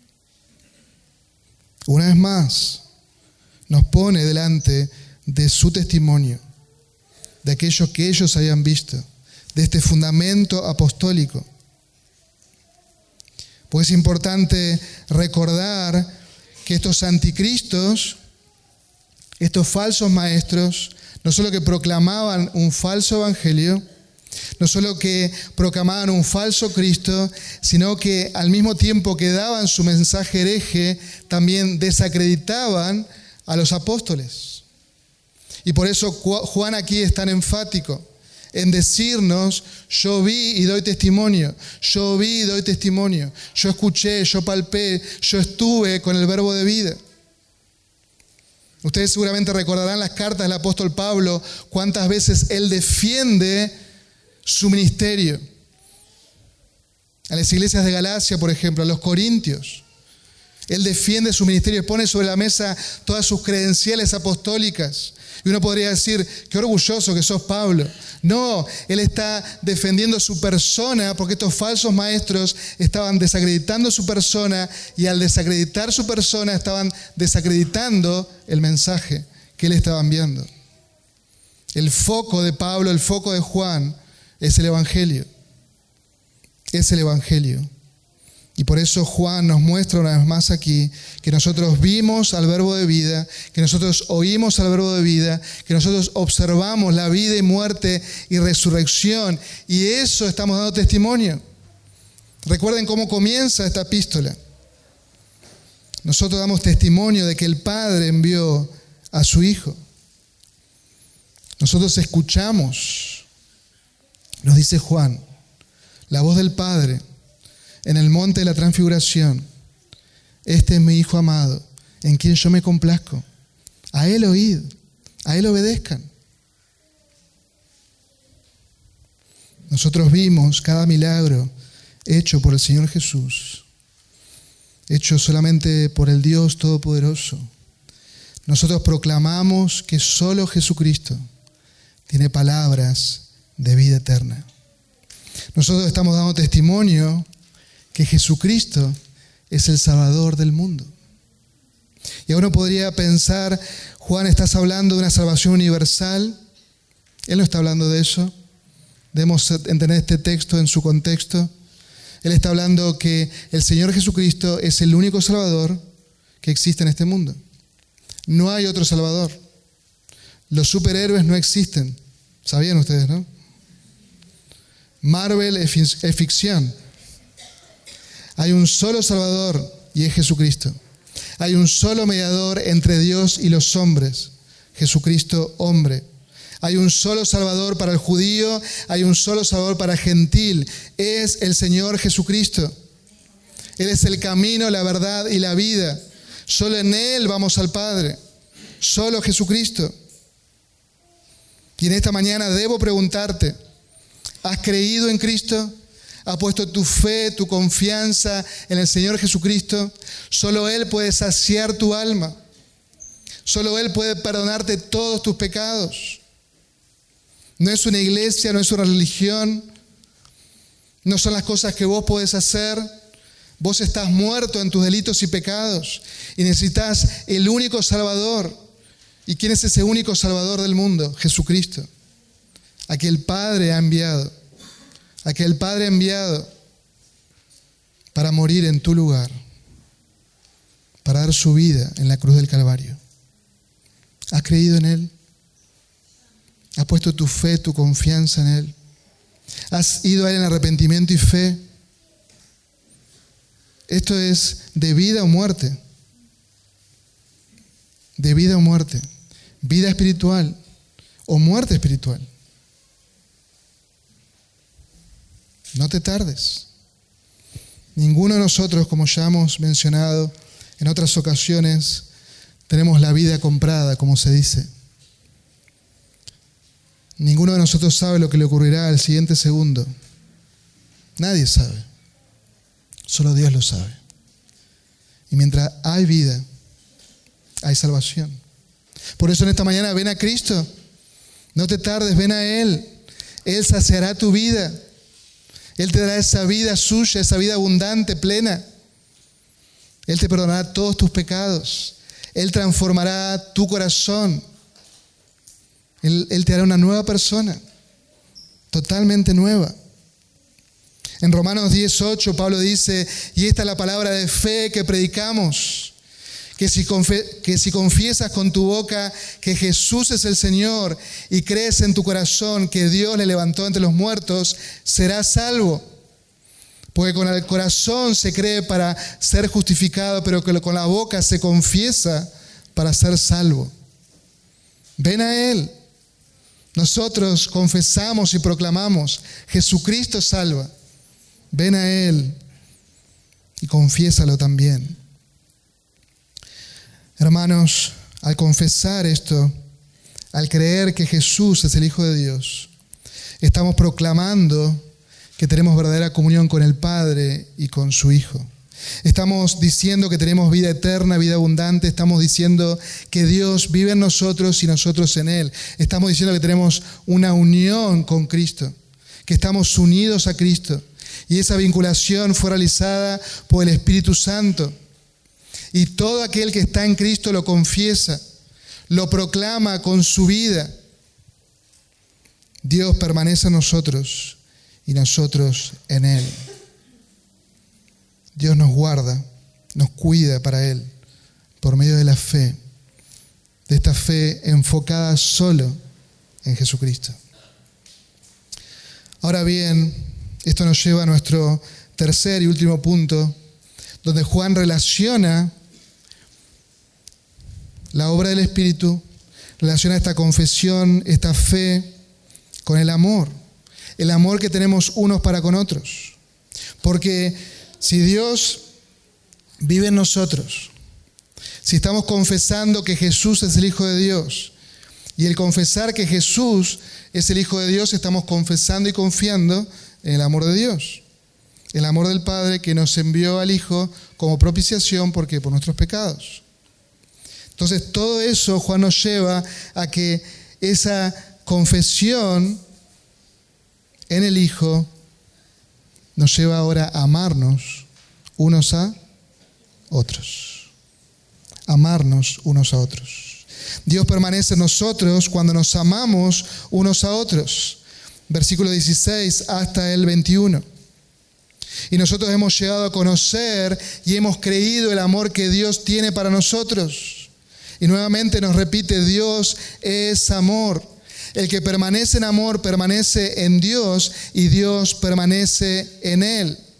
Una vez más nos pone delante de su testimonio, de aquello que ellos habían visto, de este fundamento apostólico. Pues es importante recordar que estos anticristos, estos falsos maestros, no solo que proclamaban un falso evangelio, no solo que proclamaban un falso Cristo, sino que al mismo tiempo que daban su mensaje hereje, también desacreditaban a los apóstoles. Y por eso Juan aquí es tan enfático en decirnos: yo vi y doy testimonio, yo vi y doy testimonio, yo escuché, yo palpé, yo estuve con el verbo de vida. Ustedes seguramente recordarán las cartas del apóstol Pablo, cuántas veces él defiende su ministerio. A las iglesias de Galacia, por ejemplo, a los corintios. Él defiende su ministerio y pone sobre la mesa todas sus credenciales apostólicas. Y uno podría decir: qué orgulloso que sos, Pablo. No, él está defendiendo su persona, porque estos falsos maestros estaban desacreditando su persona, y al desacreditar su persona estaban desacreditando el mensaje que él estaba enviando. El foco de Pablo, el foco de Juan, es el Evangelio. Es el Evangelio. Y por eso Juan nos muestra una vez más aquí que nosotros vimos al verbo de vida, que nosotros oímos al verbo de vida, que nosotros observamos la vida y muerte y resurrección, y eso estamos dando testimonio. Recuerden cómo comienza esta epístola. Nosotros damos testimonio de que el Padre envió a su Hijo. Nosotros escuchamos, nos dice Juan, la voz del Padre en el monte de la transfiguración: este es mi Hijo amado, en quien yo me complazco. A Él oíd, a Él obedezcan. Nosotros vimos cada milagro hecho por el Señor Jesús, hecho solamente por el Dios Todopoderoso. Nosotros proclamamos que solo Jesucristo tiene palabras de vida eterna. Nosotros estamos dando testimonio que Jesucristo es el Salvador del mundo. Y uno podría pensar: Juan, ¿estás hablando de una salvación universal? Él no está hablando de eso. Debemos entender este texto en su contexto. Él está hablando que el Señor Jesucristo es el único Salvador que existe en este mundo. No hay otro Salvador. Los superhéroes no existen. ¿Sabían ustedes, no? Marvel es ficción. Hay un solo Salvador, y es Jesucristo. Hay un solo mediador entre Dios y los hombres, Jesucristo hombre. Hay un solo Salvador para el judío, hay un solo Salvador para el gentil. Es el Señor Jesucristo. Él es el camino, la verdad y la vida. Solo en Él vamos al Padre. Solo Jesucristo. Y en esta mañana debo preguntarte, ¿has creído en Cristo? ¿Has puesto tu fe, tu confianza en el Señor Jesucristo? Solo Él puede saciar tu alma. Solo Él puede perdonarte todos tus pecados. No es una iglesia, no es una religión. No son las cosas que vos podés hacer. Vos estás muerto en tus delitos y pecados y necesitas el único Salvador. ¿Y quién es ese único Salvador del mundo? Jesucristo. A que el Padre ha enviado. A que el Padre ha enviado para morir en tu lugar. Para dar su vida en la cruz del Calvario. ¿Has creído en Él? ¿Has puesto tu fe, tu confianza en Él? ¿Has ido a Él en arrepentimiento y fe? Esto es de vida o muerte. De vida o muerte. Vida espiritual o muerte espiritual. No te tardes. Ninguno de nosotros, como ya hemos mencionado en otras ocasiones, tenemos la vida comprada, como se dice. Ninguno de nosotros sabe lo que le ocurrirá al siguiente segundo. Nadie sabe. Solo Dios lo sabe. Y mientras hay vida, hay salvación. Por eso en esta mañana ven a Cristo. No te tardes, ven a Él. Él saciará tu vida. Él te dará esa vida suya, esa vida abundante, plena. Él te perdonará todos tus pecados. Él transformará tu corazón. Él te hará una nueva persona, totalmente nueva. En Romanos 10:8 Pablo dice, y esta es la palabra de fe que predicamos, que si confiesas con tu boca que Jesús es el Señor y crees en tu corazón que Dios le levantó entre los muertos, serás salvo. Porque con el corazón se cree para ser justificado, pero que con la boca se confiesa para ser salvo. Ven a Él. Nosotros confesamos y proclamamos, Jesucristo salva. Ven a Él y confiésalo también. Hermanos, al confesar esto, al creer que Jesús es el Hijo de Dios, estamos proclamando que tenemos verdadera comunión con el Padre y con su Hijo. Estamos diciendo que tenemos vida eterna, vida abundante. Estamos diciendo que Dios vive en nosotros y nosotros en Él. Estamos diciendo que tenemos una unión con Cristo, que estamos unidos a Cristo. Y esa vinculación fue realizada por el Espíritu Santo. Y todo aquel que está en Cristo lo confiesa, lo proclama con su vida. Dios permanece en nosotros y nosotros en Él. Dios nos guarda, nos cuida para Él por medio de la fe, de esta fe enfocada solo en Jesucristo. Ahora bien, esto nos lleva a nuestro tercer y último punto, donde Juan relaciona la obra del Espíritu, relaciona esta confesión, esta fe, con el amor que tenemos unos para con otros. Porque si Dios vive en nosotros, si estamos confesando que Jesús es el Hijo de Dios, y el confesar que Jesús es el Hijo de Dios, estamos confesando y confiando en el amor de Dios, el amor del Padre que nos envió al Hijo como propiciación por nuestros pecados. Entonces todo eso, Juan, nos lleva a que esa confesión en el Hijo nos lleva ahora a amarnos unos a otros. Amarnos unos a otros. Dios permanece en nosotros cuando nos amamos unos a otros. Versículo 16 hasta el 21. Y nosotros hemos llegado a conocer y hemos creído el amor que Dios tiene para nosotros. Y nuevamente nos repite, Dios es amor. El que permanece en amor permanece en Dios y Dios permanece en Él.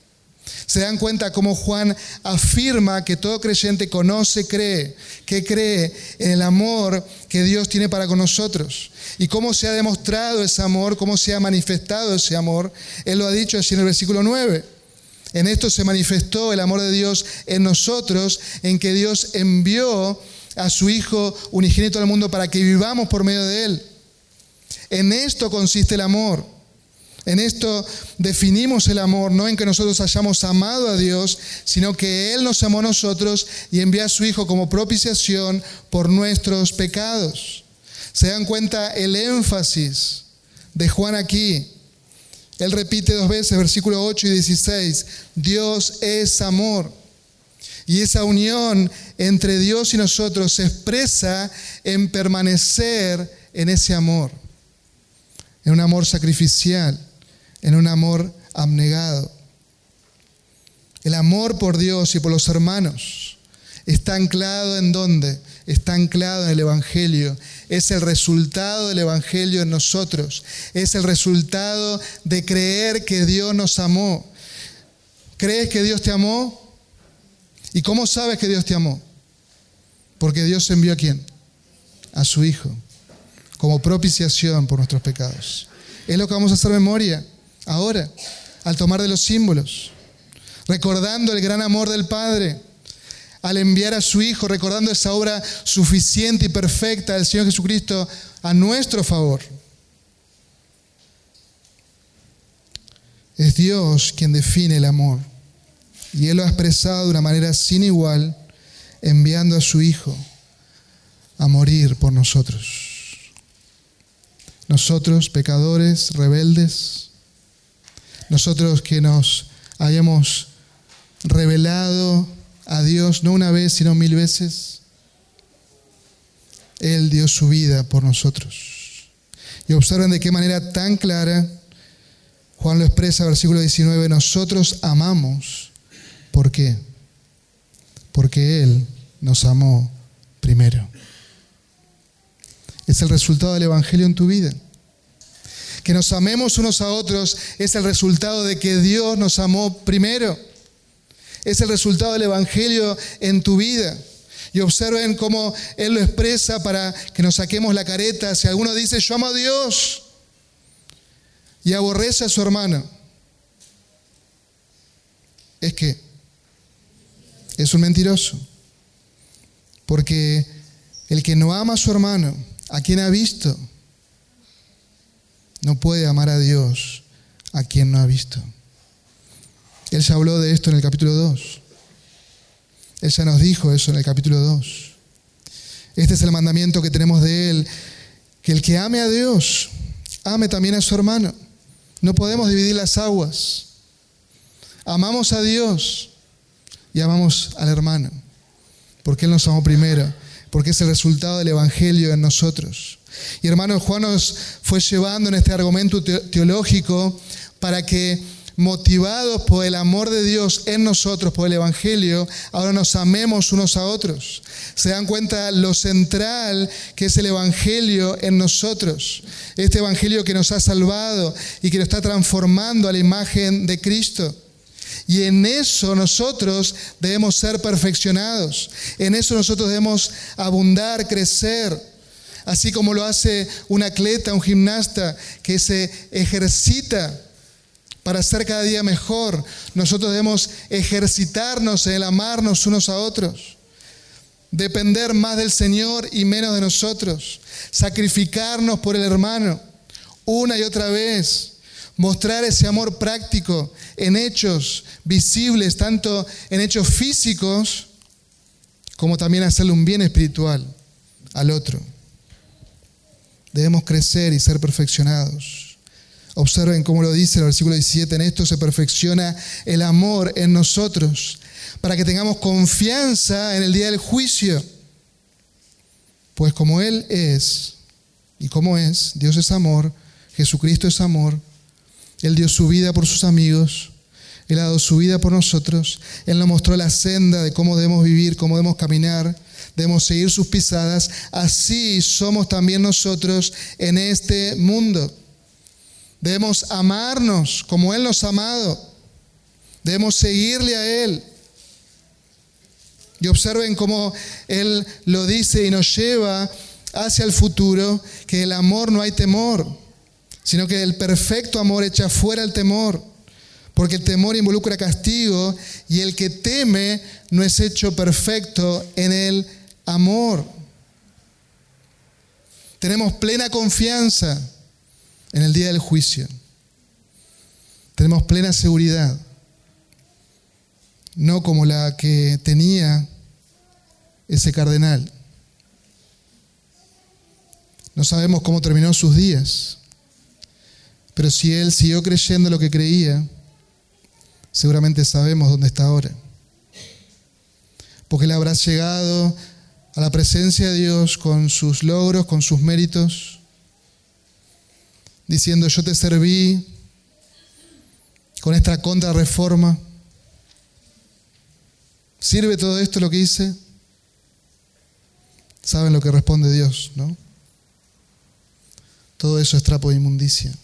Se dan cuenta cómo Juan afirma que todo creyente conoce, cree en el amor que Dios tiene para con nosotros. Y cómo se ha demostrado ese amor, cómo se ha manifestado ese amor. Él lo ha dicho así en el versículo 9. En esto se manifestó el amor de Dios en nosotros, en que Dios envió a su Hijo unigénito al mundo para que vivamos por medio de Él. En esto consiste el amor. En esto definimos el amor, no en que nosotros hayamos amado a Dios, sino que Él nos amó a nosotros y envió a su Hijo como propiciación por nuestros pecados. ¿Se dan cuenta el énfasis de Juan aquí? Él repite 2 veces, versículos 8 y 16, Dios es amor. Y esa unión entre Dios y nosotros se expresa en permanecer en ese amor, en un amor sacrificial, en un amor abnegado. El amor por Dios y por los hermanos está anclado ¿en dónde? Está anclado en el Evangelio. Es el resultado del Evangelio en nosotros. Es el resultado de creer que Dios nos amó. ¿Crees que Dios te amó? ¿Y cómo sabes que Dios te amó? Porque Dios envió ¿a quién? A su Hijo, como propiciación por nuestros pecados. Es lo que vamos a hacer memoria ahora, al tomar de los símbolos, recordando el gran amor del Padre, al enviar a su Hijo, recordando esa obra suficiente y perfecta del Señor Jesucristo a nuestro favor. Es Dios quien define el amor, y Él lo ha expresado de una manera sin igual, enviando a su Hijo a morir por nosotros. Nosotros, pecadores, rebeldes, nosotros que nos hayamos rebelado a Dios no una vez, sino 1000 veces, Él dio su vida por nosotros. Y observen de qué manera tan clara Juan lo expresa, versículo 19, nosotros amamos. ¿Por qué? Porque Él nos amó primero. Es el resultado del Evangelio en tu vida. Que nos amemos unos a otros es el resultado de que Dios nos amó primero. Es el resultado del Evangelio en tu vida. Y observen cómo Él lo expresa para que nos saquemos la careta. Si alguno dice, yo amo a Dios, y aborrece a su hermano, es que es un mentiroso. Porque el que no ama a su hermano, a quien ha visto, no puede amar a Dios a quien no ha visto. Él ya habló de esto en el capítulo 2. Él ya nos dijo eso en el capítulo 2. Este es el mandamiento que tenemos de Él, que el que ame a Dios, ame también a su hermano. No podemos dividir las aguas. Amamos a Dios y amamos al hermano, porque Él nos amó primero, porque es el resultado del Evangelio en nosotros. Y hermanos, Juan nos fue llevando en este argumento teológico para que, motivados por el amor de Dios en nosotros, por el Evangelio, ahora nos amemos unos a otros. Se dan cuenta lo central que es el Evangelio en nosotros. Este Evangelio que nos ha salvado y que nos está transformando a la imagen de Cristo. Y en eso nosotros debemos ser perfeccionados. En eso nosotros debemos abundar, crecer. Así como lo hace un atleta, un gimnasta que se ejercita para ser cada día mejor. Nosotros debemos ejercitarnos en el amarnos unos a otros. Depender más del Señor y menos de nosotros. Sacrificarnos por el hermano una y otra vez. Mostrar ese amor práctico en hechos visibles, tanto en hechos físicos como también hacerle un bien espiritual al otro. Debemos crecer y ser perfeccionados. Observen cómo lo dice el versículo 17. En esto se perfecciona el amor en nosotros, para que tengamos confianza en el día del juicio. Pues como Él es, y como es, Dios es amor, Jesucristo es amor, Él dio su vida por sus amigos, Él ha dado su vida por nosotros, Él nos mostró la senda de cómo debemos vivir, cómo debemos caminar, debemos seguir sus pisadas. Así somos también nosotros en este mundo. Debemos amarnos como Él nos ha amado. Debemos seguirle a Él. Y observen cómo Él lo dice y nos lleva hacia el futuro, que el amor no hay temor, sino que el perfecto amor echa fuera el temor, porque el temor involucra castigo y el que teme no es hecho perfecto en el amor. Tenemos plena confianza en el día del juicio. Tenemos plena seguridad, no como la que tenía ese cardenal. No sabemos cómo terminó sus días, pero si él siguió creyendo lo que creía, seguramente sabemos dónde está ahora. Porque él habrá llegado a la presencia de Dios con sus logros, con sus méritos, diciendo: yo te serví con esta contrarreforma. ¿Sirve todo esto lo que hice? ¿Saben lo que responde Dios, no? Todo eso es trapo de inmundicia.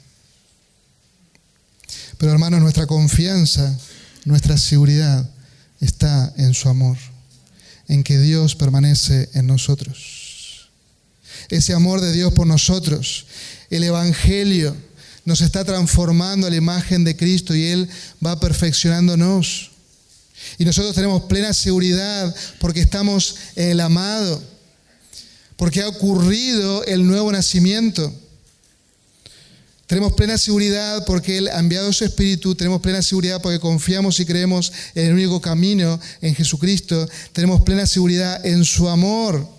Pero hermanos, nuestra confianza, nuestra seguridad está en su amor, en que Dios permanece en nosotros. Ese amor de Dios por nosotros, el Evangelio nos está transformando a la imagen de Cristo y Él va perfeccionándonos. Y nosotros tenemos plena seguridad porque estamos en el amado, porque ha ocurrido el nuevo nacimiento. Tenemos plena seguridad porque Él ha enviado su Espíritu. Tenemos plena seguridad porque confiamos y creemos en el único camino, en Jesucristo. Tenemos plena seguridad en su amor,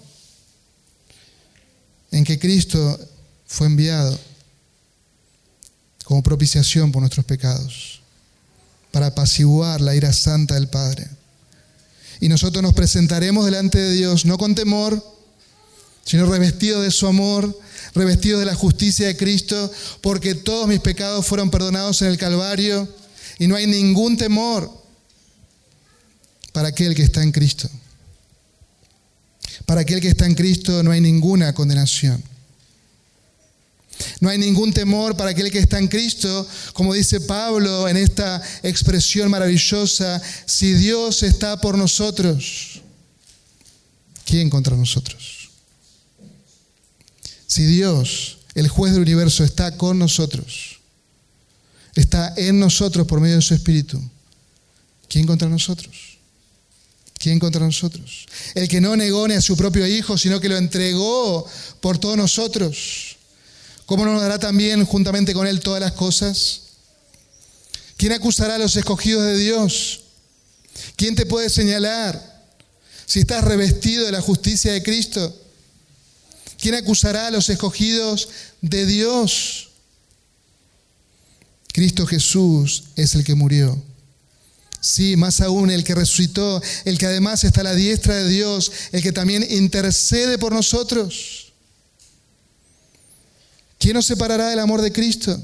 en que Cristo fue enviado como propiciación por nuestros pecados, para apaciguar la ira santa del Padre. Y nosotros nos presentaremos delante de Dios no con temor, sino revestidos de su amor, revestidos de la justicia de Cristo, porque todos mis pecados fueron perdonados en el Calvario y no hay ningún temor para aquel que está en Cristo. Para aquel que está en Cristo no hay ninguna condenación. No hay ningún temor para aquel que está en Cristo, como dice Pablo en esta expresión maravillosa: si Dios está por nosotros, ¿quién contra nosotros? Si Dios, el juez del universo, está con nosotros, está en nosotros por medio de su Espíritu, ¿quién contra nosotros? ¿Quién contra nosotros? El que no negó ni a su propio Hijo, sino que lo entregó por todos nosotros, ¿cómo no nos dará también juntamente con Él todas las cosas? ¿Quién acusará a los escogidos de Dios? ¿Quién te puede señalar si estás revestido de la justicia de Cristo? ¿Quién acusará a los escogidos de Dios? Cristo Jesús es el que murió. Sí, más aún el que resucitó, el que además está a la diestra de Dios, el que también intercede por nosotros. ¿Quién nos separará del amor de Cristo?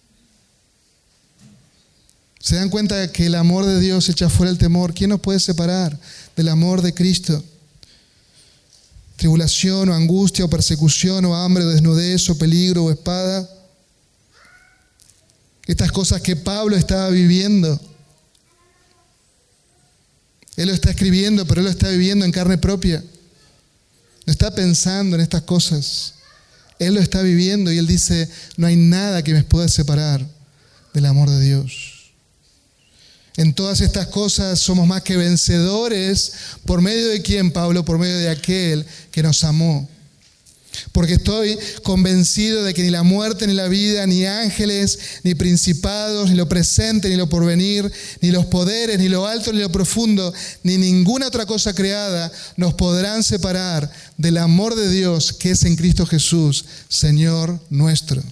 ¿Se dan cuenta que el amor de Dios echa fuera el temor? ¿Quién nos puede separar del amor de Cristo? Tribulación o angustia o persecución o hambre o desnudez o peligro o espada. Estas cosas que Pablo estaba viviendo. Él lo está escribiendo, pero él lo está viviendo en carne propia. No está pensando en estas cosas. Él lo está viviendo y él dice: no hay nada que me pueda separar del amor de Dios. En todas estas cosas somos más que vencedores. ¿Por medio de quién, Pablo? Por medio de aquel que nos amó. Porque estoy convencido de que ni la muerte, ni la vida, ni ángeles, ni principados, ni lo presente, ni lo porvenir, ni los poderes, ni lo alto, ni lo profundo, ni ninguna otra cosa creada nos podrán separar del amor de Dios que es en Cristo Jesús, Señor nuestro.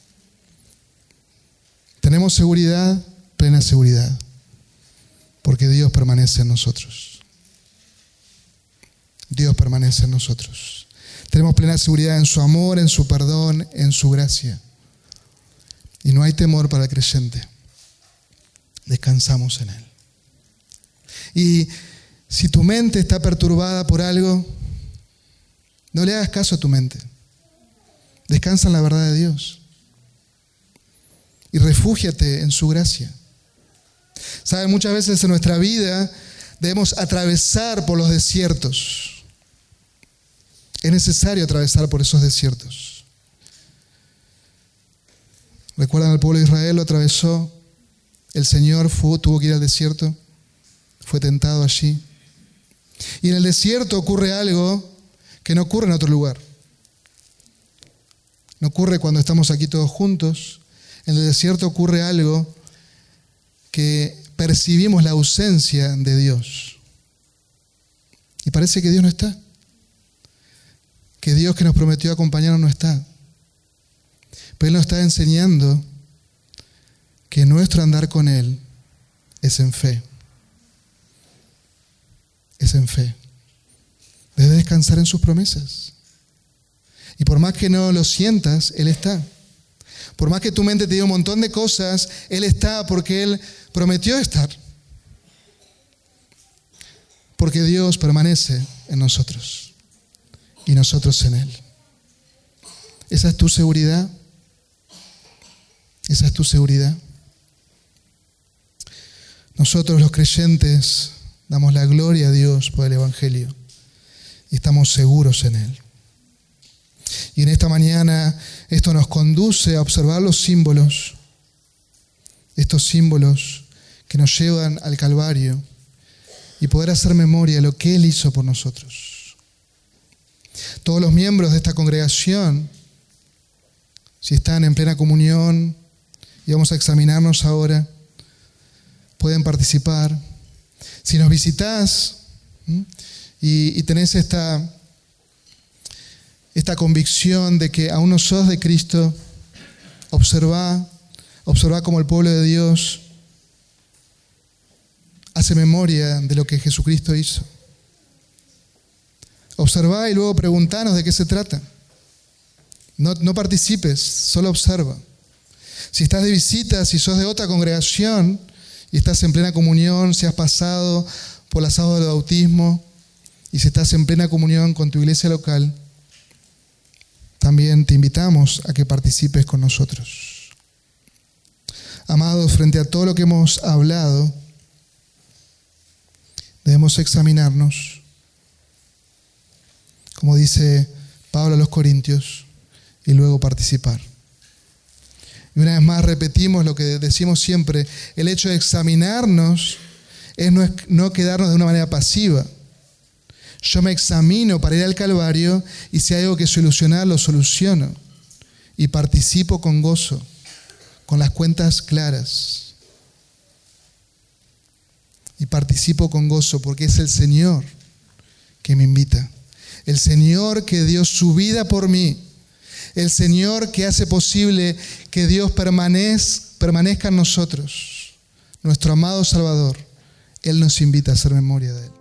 Tenemos seguridad, plena seguridad, porque Dios permanece en nosotros. Dios permanece en nosotros. Tenemos plena seguridad en su amor, en su perdón, en su gracia. Y no hay temor para el creyente. Descansamos en Él. Y si tu mente está perturbada por algo, no le hagas caso a tu mente. Descansa en la verdad de Dios. Y refúgiate en su gracia. ¿Saben? Muchas veces en nuestra vida debemos atravesar por los desiertos. Es necesario atravesar por esos desiertos. ¿Recuerdan al pueblo de Israel? Lo atravesó. El Señor tuvo que ir al desierto. Fue tentado allí. Y en el desierto ocurre algo que no ocurre en otro lugar. No ocurre cuando estamos aquí todos juntos. En el desierto ocurre algo que percibimos la ausencia de Dios. Y parece que Dios no está. Que Dios que nos prometió acompañarnos no está. Pero Él nos está enseñando que nuestro andar con Él es en fe. Es en fe. Debes descansar en sus promesas. Y por más que no lo sientas, Él está. Por más que tu mente te diga un montón de cosas, Él está porque Él prometió estar. Porque Dios permanece en nosotros y nosotros en Él. ¿Esa es tu seguridad? ¿Esa es tu seguridad? Nosotros los creyentes damos la gloria a Dios por el Evangelio y estamos seguros en Él. Y en esta mañana esto nos conduce a observar los símbolos, estos símbolos que nos llevan al Calvario y poder hacer memoria de lo que Él hizo por nosotros. Todos los miembros de esta congregación, si están en plena comunión y vamos a examinarnos ahora, pueden participar. Si nos visitás y tenés esta convicción de que aún no sos de Cristo, observá como el pueblo de Dios hace memoria de lo que Jesucristo hizo. Observá y luego preguntanos de qué se trata. No participes, solo observa. Si estás de visita, si sos de otra congregación y estás en plena comunión, si has pasado por las aguas del bautismo y si estás en plena comunión con tu iglesia local, también te invitamos a que participes con nosotros. Amados, frente a todo lo que hemos hablado, debemos examinarnos, como dice Pablo a los Corintios, y luego participar. Y una vez más repetimos lo que decimos siempre: el hecho de examinarnos es no quedarnos de una manera pasiva. Yo me examino para ir al Calvario y si hay algo que solucionar, lo soluciono. Y participo con gozo, con las cuentas claras. Y participo con gozo porque es el Señor que me invita. El Señor que dio su vida por mí. El Señor que hace posible que Dios permanezca en nosotros. Nuestro amado Salvador. Él nos invita a hacer memoria de Él.